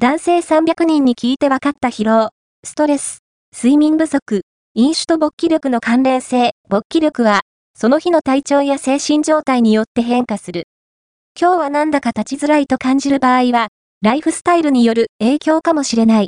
男性300人に聞いて分かった疲労、ストレス、睡眠不足、飲酒と勃起力の関連性。勃起力は、その日の体調や精神状態によって変化する。今日はなんだか立ちづらいと感じる場合は、ライフスタイルによる影響かもしれない。